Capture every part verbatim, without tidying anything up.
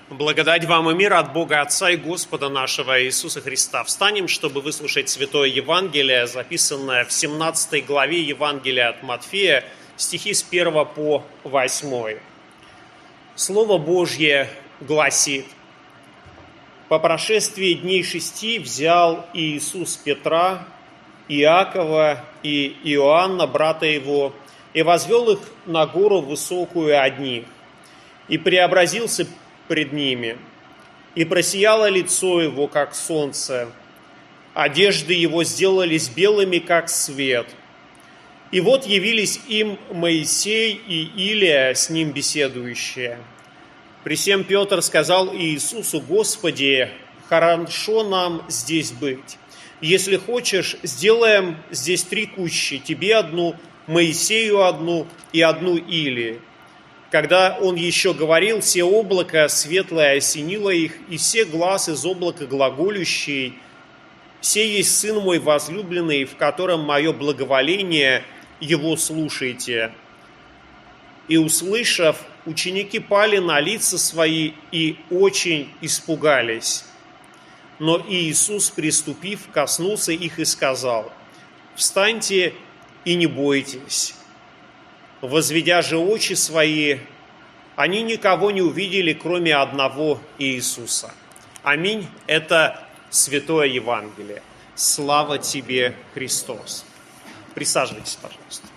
Благодать вам и мир от Бога Отца и Господа нашего Иисуса Христа. Встанем, чтобы выслушать Святое Евангелие, записанное в семнадцатой главе Евангелия от Матфея, стихи с первого по восьмой. Слово Божье гласит: «По прошествии дней шести взял Иисус Петра, Иакова и Иоанна, брата его, и возвел их на гору высокую одних, и преобразился пред ними, и просияло лицо его, как солнце, одежды его сделались белыми, как свет. И вот явились им Моисей и Илия, с ним беседующие. При сем Петр сказал Иисусу: Господи, хорошо нам здесь быть. Если хочешь, сделаем здесь три кущи, тебе одну, Моисею одну и одну Илии. Когда он еще говорил, все облако светлое осенило их, и все глаз из облака глаголющий: «Се есть Сын мой возлюбленный, в котором мое благоволение, его слушайте». И, услышав, ученики пали на лица свои и очень испугались. Но Иисус, приступив, коснулся их и сказал: «Встаньте и не бойтесь». Возведя же очи свои, они никого не увидели, кроме одного Иисуса. Аминь. Это Святое Евангелие. Слава тебе, Христос. Присаживайтесь, пожалуйста.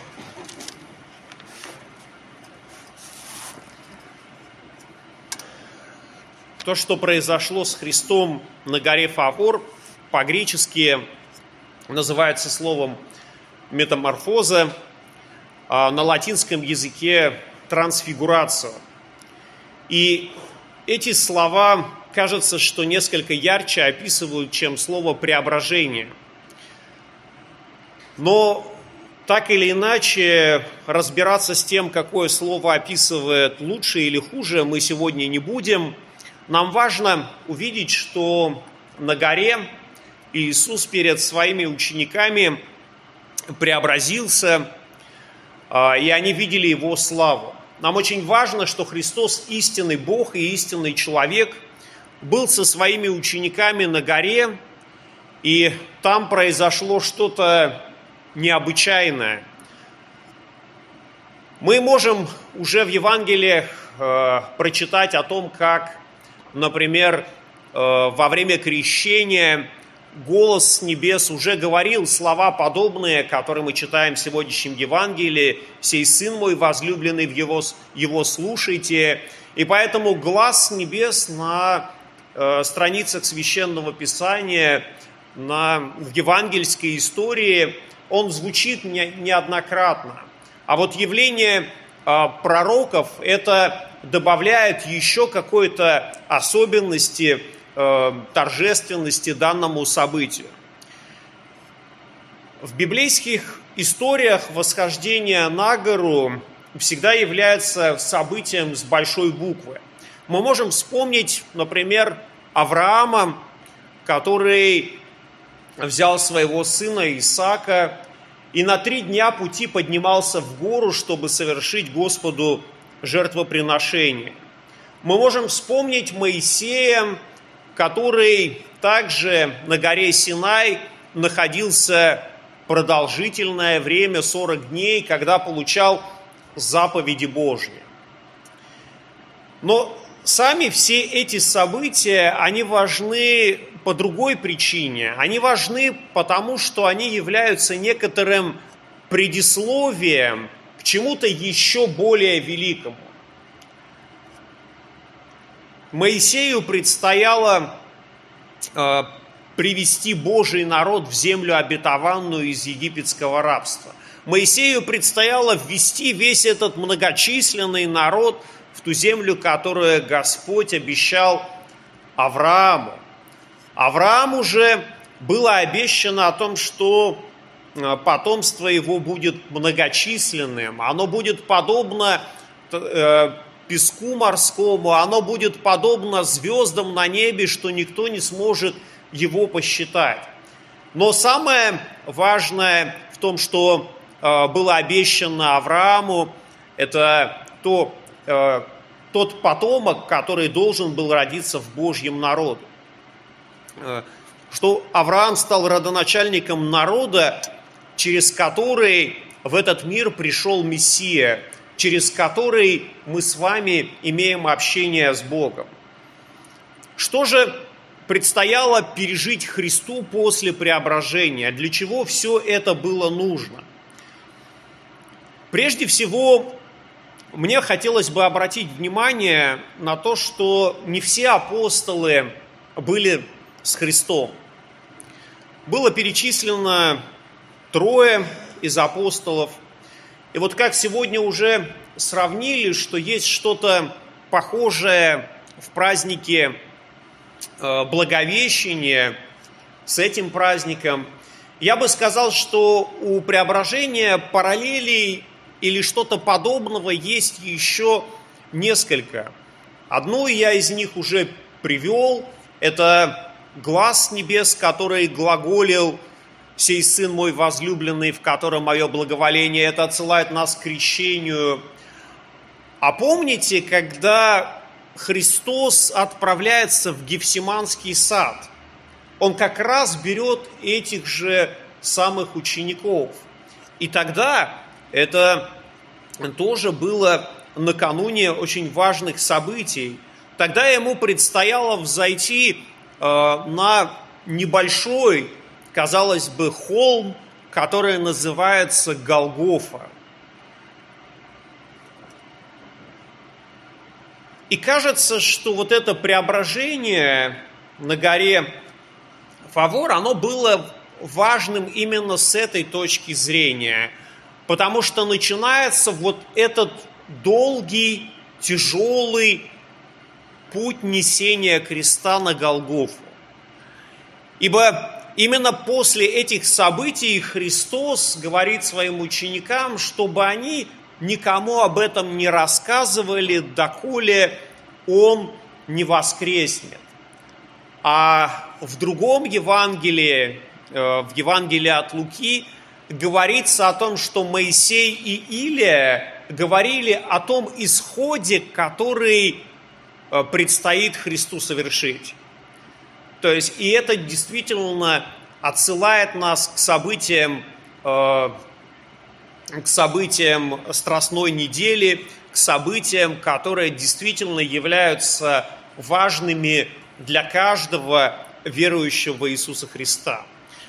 То, что произошло с Христом на горе Фавор, по-гречески называется словом метаморфоза, на латинском языке трансфигурация. И эти слова, кажется, что несколько ярче описывают, чем слово преображение. Но так или иначе разбираться с тем, какое слово описывает лучше или хуже, мы сегодня не будем. Нам важно увидеть, что на горе Иисус перед своими учениками преобразился, и они видели Его славу. Нам очень важно, что Христос, истинный Бог и истинный человек, был со своими учениками на горе, и там произошло что-то необычайное. Мы можем уже в Евангелиях э, прочитать о том, как, например, э, во время крещения голос с небес уже говорил слова подобные, которые мы читаем в сегодняшнем Евангелии: «Сей Сын мой возлюбленный, в его, его слушайте». И поэтому глас с небес на э, страницах Священного Писания, на, в евангельской истории, он звучит не, неоднократно. А вот явление э, пророков, это добавляет еще какой-то особенности, торжественности данному событию. В библейских историях восхождение на гору всегда является событием с большой буквы. Мы можем вспомнить, например, Авраама, который взял своего сына Исаака и на три дня пути поднимался в гору, чтобы совершить Господу жертвоприношение. Мы можем вспомнить Моисея, который также на горе Синай находился продолжительное время, сорок дней, когда получал заповеди Божьи. Но сами все эти события, они важны по другой причине. Они важны потому, что они являются некоторым предисловием к чему-то еще более великому. Моисею предстояло э, привести Божий народ в землю обетованную из египетского рабства. Моисею предстояло ввести весь этот многочисленный народ в ту землю, которую Господь обещал Аврааму. Аврааму же было обещано о том, что потомство его будет многочисленным, оно будет подобно э, песку морскому, оно будет подобно звездам на небе, что никто не сможет его посчитать. Но самое важное в том, что э, было обещано Аврааму, это то, э, тот потомок, который должен был родиться в Божьем народе. Что Авраам стал родоначальником народа, через который в этот мир пришел Мессия, через который мы с вами имеем общение с Богом. Что же предстояло пережить Христу после преображения? Для чего все это было нужно? Прежде всего, мне хотелось бы обратить внимание на то, что не все апостолы были с Христом. Было перечислено трое из апостолов. И вот как сегодня уже сравнили, что есть что-то похожее в празднике Благовещения с этим праздником, я бы сказал, что у преображения параллелей или что-то подобного есть еще несколько. Одну я из них уже привел. Это глас небес, который глаголил: «Сей Сын мой возлюбленный, в котором мое благоволение». Это отсылает нас к крещению. А помните, когда Христос отправляется в Гефсиманский сад, Он как раз берет этих же самых учеников. И тогда это тоже было накануне очень важных событий. Тогда ему предстояло взойти э, на небольшой, казалось бы, холм, который называется Голгофа. И кажется, что вот это преображение на горе Фавор, оно было важным именно с этой точки зрения, потому что начинается вот этот долгий, тяжелый путь несения креста на Голгофу. Ибо именно после этих событий Христос говорит своим ученикам, чтобы они никому об этом не рассказывали, доколе Он не воскреснет. А в другом Евангелии, в Евангелии от Луки, говорится о том, что Моисей и Илия говорили о том исходе, который предстоит Христу совершить. То есть, и это действительно отсылает нас к событиям, к событиям Страстной недели, к событиям, которые действительно являются важными для каждого верующего в Иисуса Христа.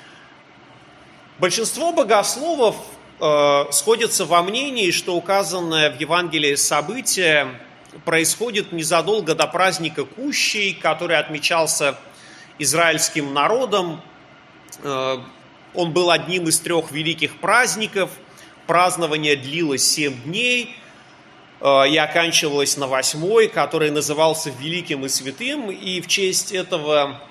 Большинство богословов э, сходятся во мнении, что указанное в Евангелии событие происходит незадолго до праздника Кущей, который отмечался израильским народом. Э, он был одним из трех великих праздников. Празднование длилось семь дней э, и оканчивалось на восьмой, который назывался Великим и Святым. И в честь этого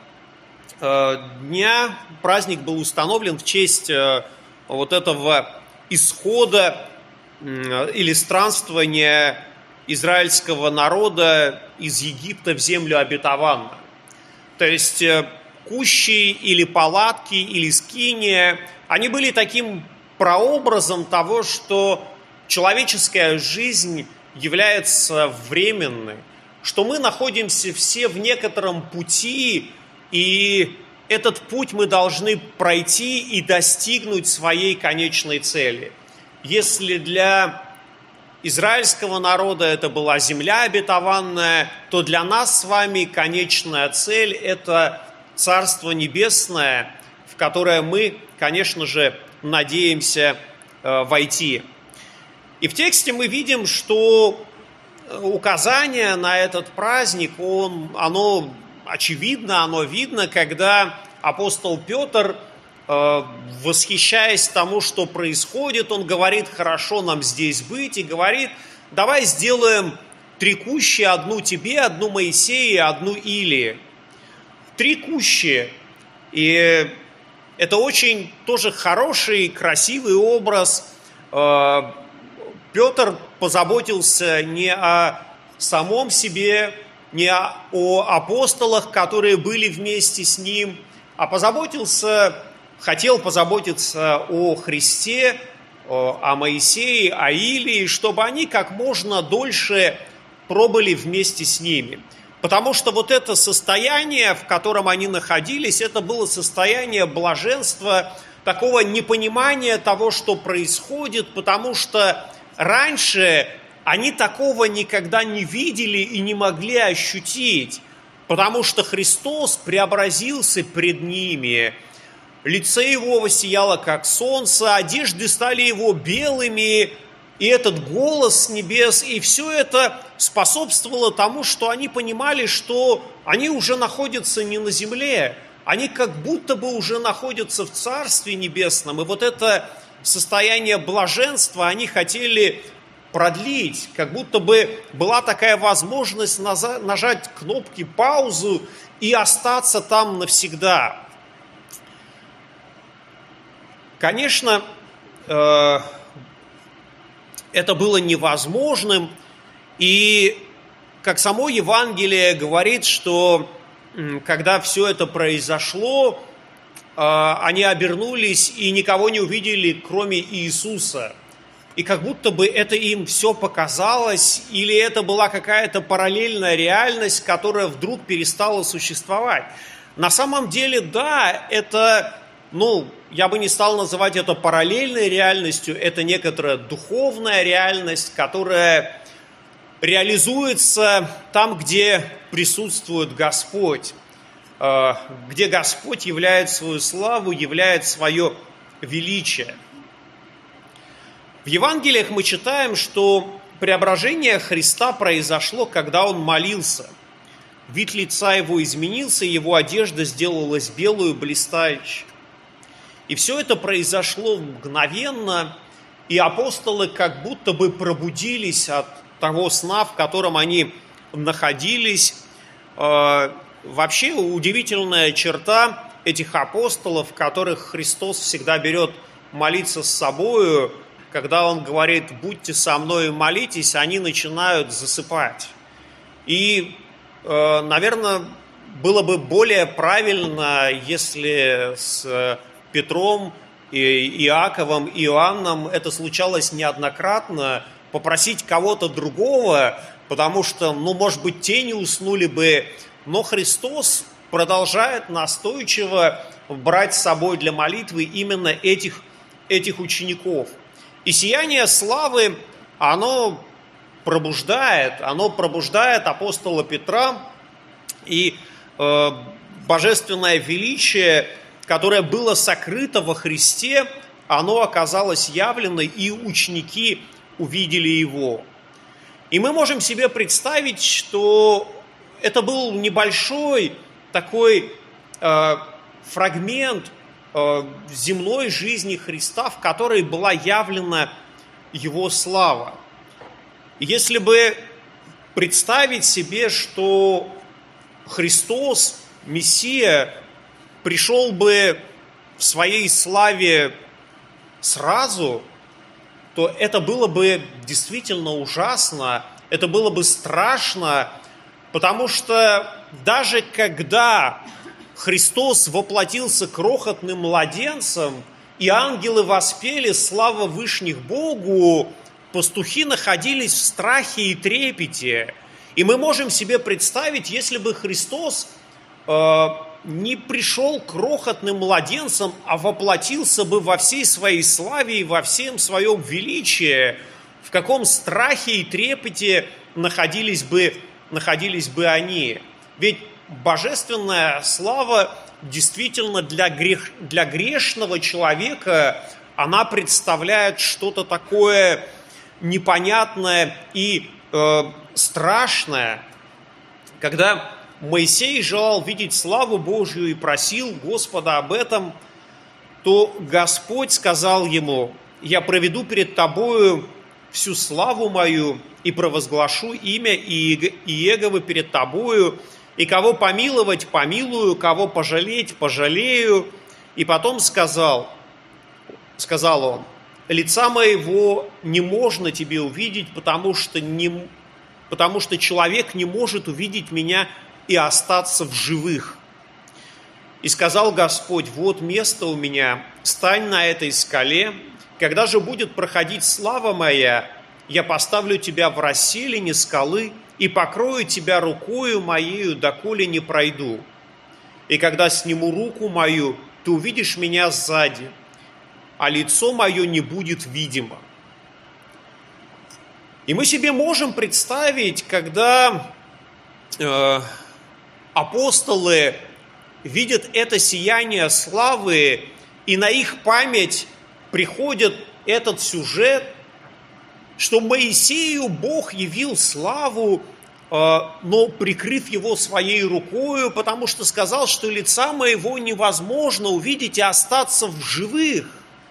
дня праздник был установлен в честь вот этого исхода или странствования израильского народа из Египта в землю обетованную. То есть кущи или палатки или скиния, они были таким прообразом того, что человеческая жизнь является временной, что мы находимся все в некотором пути, и этот путь мы должны пройти и достигнуть своей конечной цели. Если для израильского народа это была земля обетованная, то для нас с вами конечная цель – это Царство Небесное, в которое мы, конечно же, надеемся э, войти. И в тексте мы видим, что указание на этот праздник, он, оно... очевидно, оно видно, когда апостол Петр, восхищаясь тому, что происходит, он говорит: хорошо нам здесь быть, и говорит: давай сделаем три кущи, одну тебе, одну Моисею и одну Илии. Три кущи. И это очень тоже хороший, красивый образ. Петр позаботился не о самом себе, не о апостолах, которые были вместе с ним, а позаботился, хотел позаботиться о Христе, о Моисее, о Илии, чтобы они как можно дольше пробыли вместе с ними. Потому что вот это состояние, в котором они находились, это было состояние блаженства, такого непонимания того, что происходит, потому что раньше они такого никогда не видели и не могли ощутить, потому что Христос преобразился пред ними. Лице его воссияло, как солнце, одежды стали его белыми, и этот голос с небес, и все это способствовало тому, что они понимали, что они уже находятся не на земле, они как будто бы уже находятся в Царстве Небесном, и вот это состояние блаженства они хотели продлить, как будто бы была такая возможность нажать кнопки паузу и остаться там навсегда. Конечно, это было невозможным, и как само Евангелие говорит, что когда все это произошло, они обернулись и никого не увидели, кроме Иисуса. И как будто бы это им все показалось, или это была какая-то параллельная реальность, которая вдруг перестала существовать. На самом деле, да, это, ну, я бы не стал называть это параллельной реальностью, это некоторая духовная реальность, которая реализуется там, где присутствует Господь, где Господь являет свою славу, являет свое величие. В Евангелиях мы читаем, что преображение Христа произошло, когда Он молился. Вид лица Его изменился, Его одежда сделалась белую, блистающей. И все это произошло мгновенно, и апостолы как будто бы пробудились от того сна, в котором они находились. Вообще удивительная черта этих апостолов, которых Христос всегда берет молиться с собою. Когда Он говорит: «Будьте со мной и молитесь», они начинают засыпать. И, наверное, было бы более правильно, если с Петром, Иаковом, Иоанном это случалось неоднократно, попросить кого-то другого, потому что, ну, может быть, те не уснули бы, но Христос продолжает настойчиво брать с собой для молитвы именно этих, этих учеников. И сияние славы, оно пробуждает, оно пробуждает апостола Петра, и э, божественное величие, которое было сокрыто во Христе, оно оказалось явлено, и ученики увидели его. И мы можем себе представить, что это был небольшой такой э, фрагмент э, земной жизни Христа, в которой была явлена Его слава. Если бы представить себе, что Христос, Мессия, пришел бы в своей славе сразу, то это было бы действительно ужасно, это было бы страшно, потому что даже когда Христос воплотился крохотным младенцем, и ангелы воспели «Слава вышних Богу», пастухи находились в страхе и трепете. И мы можем себе представить, если бы Христос э, не пришел крохотным младенцем, а воплотился бы во всей своей славе и во всем своем величии, в каком страхе и трепете находились бы, находились бы они. Ведь божественная слава действительно для, грех, для грешного человека, она представляет что-то такое непонятное и э, страшное. Когда Моисей желал видеть славу Божью и просил Господа об этом, то Господь сказал ему: «Я проведу перед тобою всю славу мою и провозглашу имя Иеговы перед тобою, и кого помиловать, помилую, кого пожалеть, пожалею». И потом сказал, сказал он: «Лица моего не можно тебе увидеть, потому что, не, потому что человек не может увидеть меня и остаться в живых». И сказал Господь: «Вот место у меня, стань на этой скале, когда же будет проходить слава моя, я поставлю тебя в расселине скалы, и покрою тебя рукою моею, доколе не пройду. И когда сниму руку мою, ты увидишь меня сзади, а лицо мое не будет видимо». И мы себе можем представить, когда э, апостолы видят это сияние славы, и на их память приходит этот сюжет, что Моисею Бог явил славу, но прикрыв его своей рукою, потому что сказал, что лица моего невозможно увидеть и остаться в живых.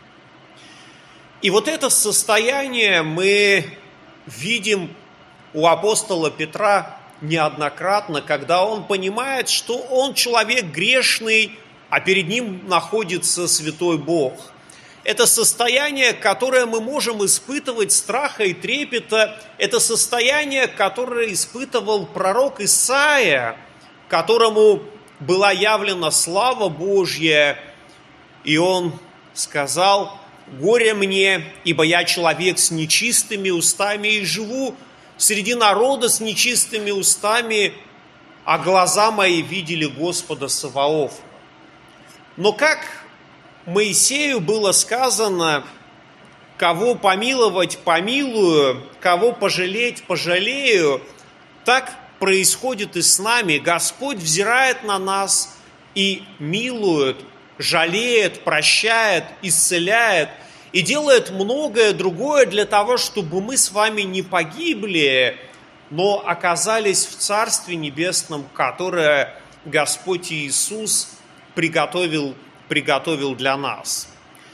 И вот это состояние мы видим у апостола Петра неоднократно, когда он понимает, что он человек грешный, а перед ним находится святой Бог. Это состояние, которое мы можем испытывать страха и трепета, это состояние, которое испытывал пророк Исаия, которому была явлена слава Божья, и он сказал: «Горе мне, ибо я человек с нечистыми устами и живу среди народа с нечистыми устами, а глаза мои видели Господа Саваофа». Но как Моисею было сказано: «Кого помиловать, помилую, кого пожалеть, пожалею», так происходит и с нами. Господь взирает на нас и милует, жалеет, прощает, исцеляет и делает многое другое для того, чтобы мы с вами не погибли, но оказались в Царстве Небесном, которое Господь Иисус приготовил приготовил для нас.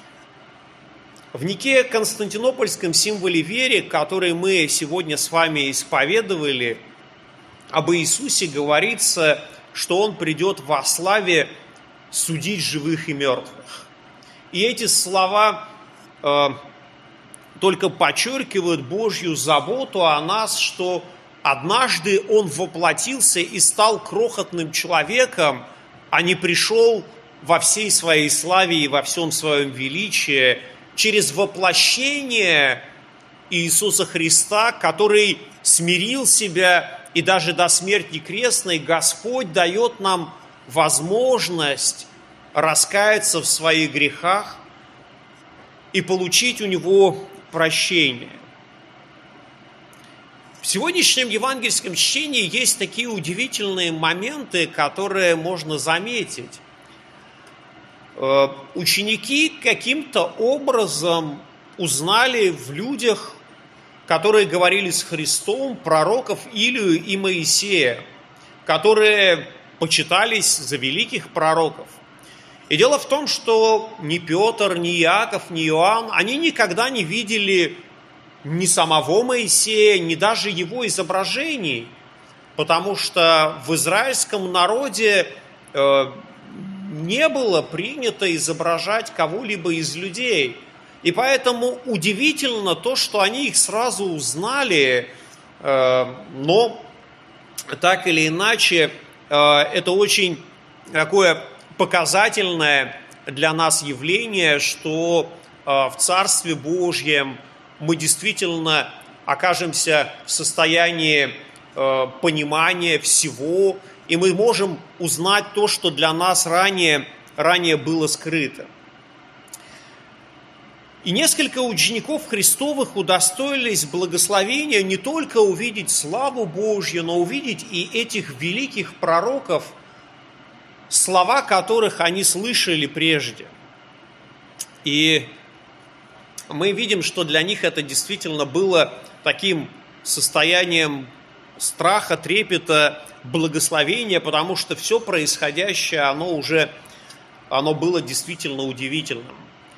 В Никее-Константинопольском символе веры, который мы сегодня с вами исповедовали, об Иисусе говорится, что Он придет во славе судить живых и мертвых. И эти слова э, только подчеркивают Божью заботу о нас, что однажды Он воплотился и стал крохотным человеком, а не пришел во всей своей славе и во всем своем величии через воплощение Иисуса Христа, который смирил себя и даже до смерти крестной. Господь дает нам возможность раскаяться в своих грехах и получить у Него прощение. В сегодняшнем евангельском чтении есть такие удивительные моменты, которые можно заметить. Ученики каким-то образом узнали в людях, которые говорили с Христом, пророков Илию и Моисея, которые почитались за великих пророков. И дело в том, что ни Петр, ни Иаков, ни Иоанн, они никогда не видели ни самого Моисея, ни даже его изображений, потому что в израильском народе э, не было принято изображать кого-либо из людей. И поэтому удивительно то, что они их сразу узнали, э, но так или иначе э, это очень такое показательное для нас явление, что э, в Царстве Божьем мы действительно окажемся в состоянии э, понимания всего, и мы можем узнать то, что для нас ранее, ранее было скрыто. И несколько учеников Христовых удостоились благословения не только увидеть славу Божью, но увидеть и этих великих пророков, слова которых они слышали прежде. И мы видим, что для них это действительно было таким состоянием страха, трепета, благословения, потому что все происходящее, оно уже, оно было действительно удивительным.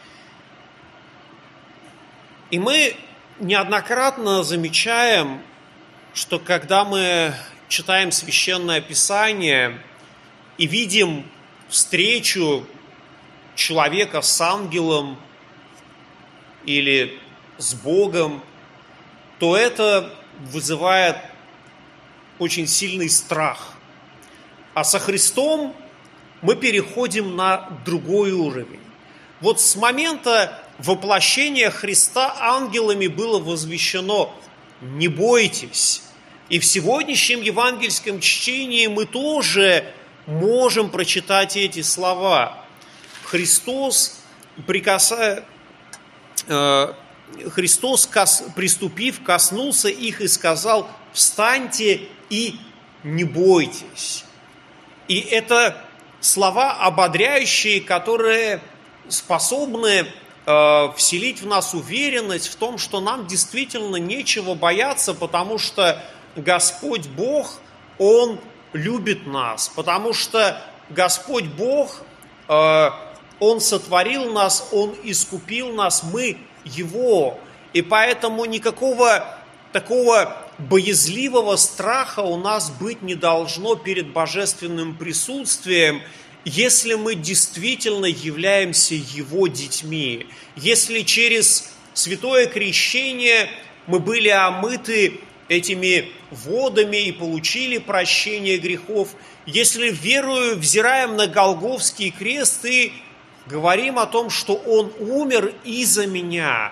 И мы неоднократно замечаем, что когда мы читаем Священное Писание и видим встречу человека с ангелом или с Богом, то это вызывает очень сильный страх. А со Христом мы переходим на другой уровень. Вот с момента воплощения Христа ангелами было возвещено: не бойтесь, И в сегодняшнем евангельском чтении мы тоже можем прочитать эти слова. Христос, прикасая, э, Христос, кос, приступив, коснулся их и сказал: «Встаньте и не бойтесь». И это слова ободряющие, которые способны э, вселить в нас уверенность в том, что нам действительно нечего бояться, потому что Господь Бог, Он любит нас, потому что Господь Бог, э, Он сотворил нас, Он искупил нас, мы Его. И поэтому никакого такого боязливого страха у нас быть не должно перед божественным присутствием, если мы действительно являемся Его детьми, если через святое крещение мы были омыты этими водами и получили прощение грехов, если верою взираем на Голгофский крест и говорим о том, что Он умер и за меня.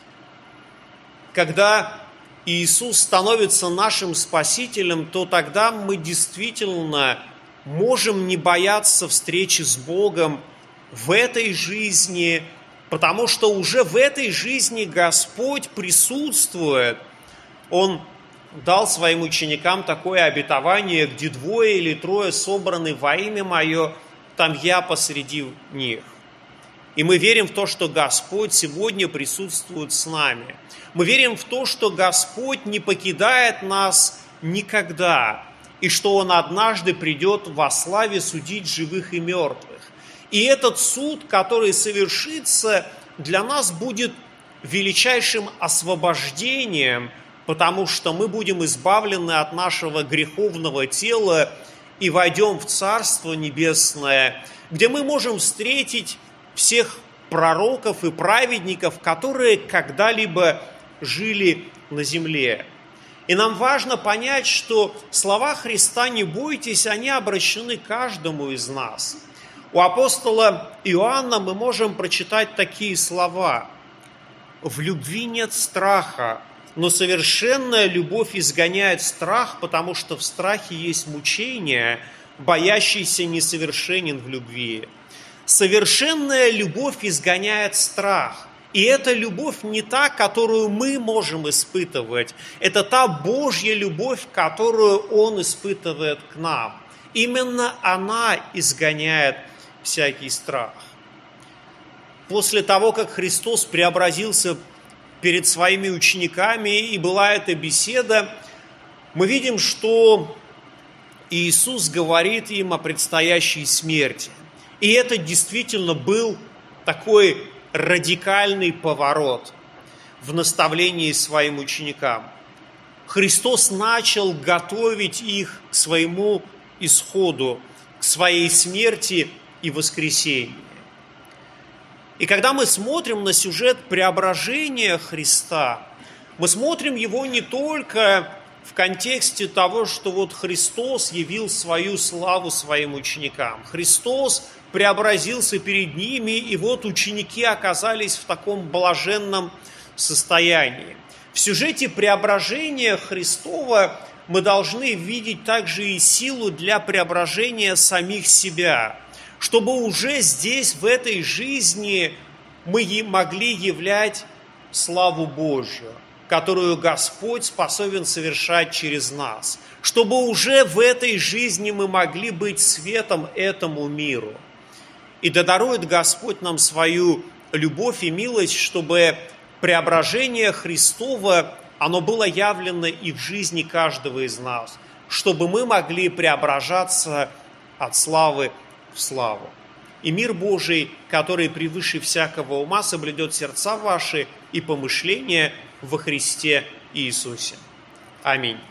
Когда Иисус становится нашим Спасителем, то тогда мы действительно можем не бояться встречи с Богом в этой жизни, потому что уже в этой жизни Господь присутствует. Он дал своим ученикам такое обетование: где двое или трое собраны во имя Мое, там Я посреди них. И мы верим в то, что Господь сегодня присутствует с нами. Мы верим в то, что Господь не покидает нас никогда, и что Он однажды придет во славе судить живых и мертвых. И этот суд, который совершится, для нас будет величайшим освобождением, потому что мы будем избавлены от нашего греховного тела и войдем в Царство Небесное, где мы можем встретить всех пророков и праведников, которые когда-либо жили на земле. И нам важно понять, что слова Христа «не бойтесь», они обращены каждому из нас. У апостола Иоанна мы можем прочитать такие слова: «В любви нет страха, но совершенная любовь изгоняет страх, потому что в страхе есть мучение, боящийся несовершенен в любви». Совершенная любовь изгоняет страх. И эта любовь не та, которую мы можем испытывать. Это та Божья любовь, которую Он испытывает к нам. Именно она изгоняет всякий страх. После того, как Христос преобразился перед своими учениками, и была эта беседа, мы видим, что Иисус говорит им о предстоящей смерти. И это действительно был такой радикальный поворот в наставлении своим ученикам. Христос начал готовить их к своему исходу, к своей смерти и воскресению. И когда мы смотрим на сюжет преображения Христа, мы смотрим его не только в контексте того, что вот Христос явил свою славу своим ученикам. Христос преобразился перед ними, и вот ученики оказались в таком блаженном состоянии. В сюжете преображения Христова мы должны видеть также и силу для преображения самих себя, чтобы уже здесь, в этой жизни, мы могли являть славу Божью, которую Господь способен совершать через нас, чтобы уже в этой жизни мы могли быть светом этому миру. И да дарует Господь нам свою любовь и милость, чтобы преображение Христово, оно было явлено и в жизни каждого из нас, чтобы мы могли преображаться от славы в славу. И мир Божий, который превыше всякого ума, соблюдет сердца ваши и помышления во Христе Иисусе. Аминь.